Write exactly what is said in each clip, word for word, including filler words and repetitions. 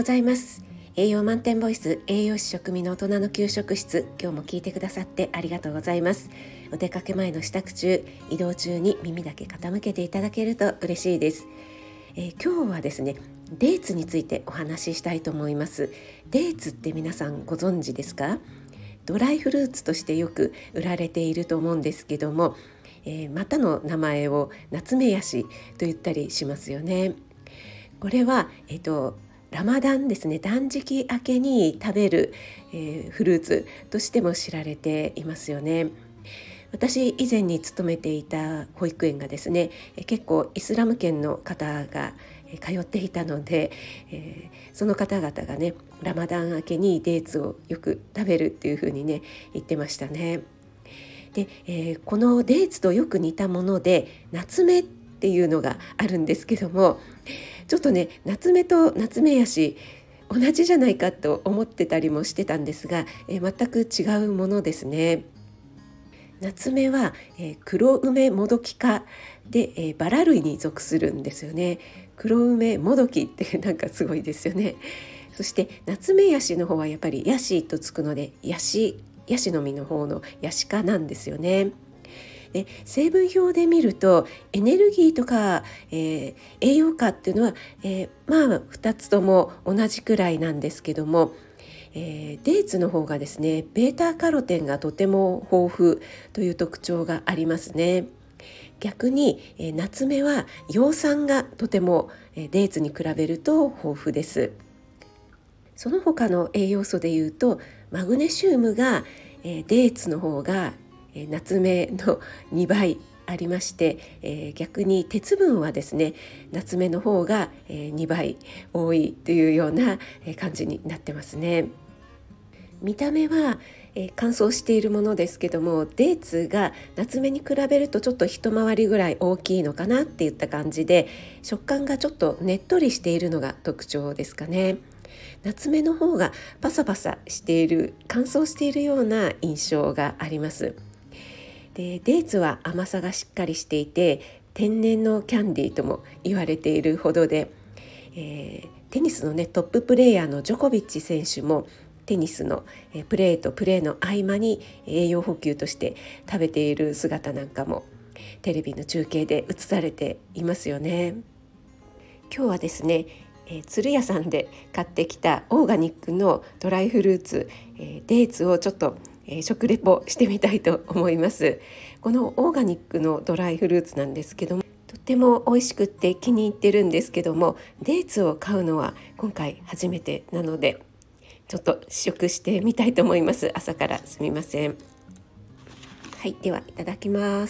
ざいます。栄養満点ボイス、栄養士食味の大人の給食室、今日も聞いてくださってありがとうございます。お出かけ前の支度中、移動中に耳だけ傾けていただけると嬉しいです。えー、今日はですね、デーツについてお話ししたいと思います。デーツって皆さんご存知ですか？ドライフルーツとしてよく売られていると思うんですけども、えー、またの名前を夏目ヤシと言ったりしますよね。これは、えーと、ラマダンですね、断食明けに食べる、えー、フルーツとしても知られていますよね。私以前に勤めていた保育園がですね、結構イスラム圏の方が通っていたので、えー、その方々がね、ラマダン明けにデーツをよく食べるっていうふうにね言ってましたね。で、えー、このデーツとよく似たもので夏目っていうのがあるんですけども、ちょっとね、夏目と夏目ヤシ同じじゃないかと思ってたりもしてたんですが、えー、全く違うものですね。夏目は、えー、黒梅もどき科で、えー、バラ類に属するんですよね。黒梅もどきってなんかすごいですよね。そして夏目ヤシの方はやっぱりヤシとつくので、ヤシヤシの実の方のヤシ科なんですよね。で、成分表で見るとエネルギーとか、えー、栄養価っていうのは、えー、まあふたつとも同じくらいなんですけども、えー、デーツの方がですね、ベータカロテンがとても豊富という特徴がありますね。逆に、えー、夏目は葉酸がとても、えー、デーツに比べると豊富です。その他の栄養素でいうとマグネシウムが、えー、デーツの方が、えー、夏目のにばいありまして、えー、逆に鉄分はですね、夏目の方が、えー、にばい多いというような、えー、感じになってますね。見た目は、えー、乾燥しているものですけども、デーツが夏目に比べるとちょっと一回りぐらい大きいのかなっていった感じで、食感がちょっとねっとりしているのが特徴ですかね。夏目の方がパサパサしている、乾燥しているような印象があります。で、デーツは甘さがしっかりしていて、天然のキャンディーとも言われているほどで、えー、テニスの、ね、トッププレーヤーのジョコビッチ選手もテニスのプレーとプレーの合間に栄養補給として食べている姿なんかもテレビの中継で映されていますよね。今日はですね、えー、鶴屋さんで買ってきたオーガニックのドライフルーツ、えー、デーツをちょっと、えー、食レポしてみたいと思います。このオーガニックのドライフルーツなんですけども、とっても美味しくって気に入ってるんですけども、デーツを買うのは今回初めてなので、ちょっと試食してみたいと思います。朝からすみません。はい、ではいただきます。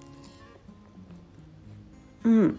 うん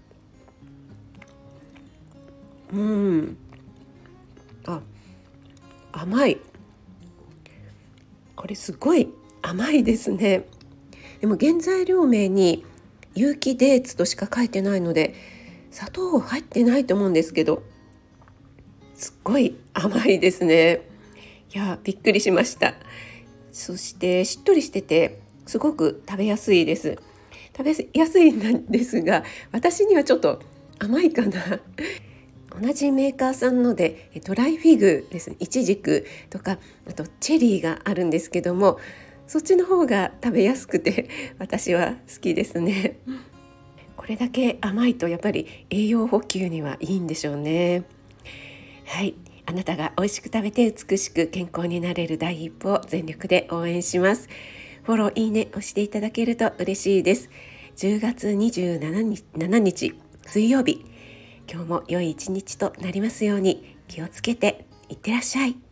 うんあ、甘い。これすごい甘いですね。でも原材料名に有機デーツとしか書いてないので、砂糖入ってないと思うんですけど、すっごい甘いですね。いや、びっくりしました。そしてしっとりしててすごく食べやすいです。食べやすいんですが、私にはちょっと甘いかな。同じメーカーさんのでドライフィグですね、イチジクとか、あとチェリーがあるんですけども、そっちの方が食べやすくて私は好きですね。これだけ甘いとやっぱり栄養補給にはいいんでしょうね。はい、あなたが美味しく食べて美しく健康になれる第一歩を全力で応援します。フォロー、いいね押していただけると嬉しいです。じゅうがつにじゅうしちにち水曜日、今日も良い一日となりますように。気をつけていってらっしゃい。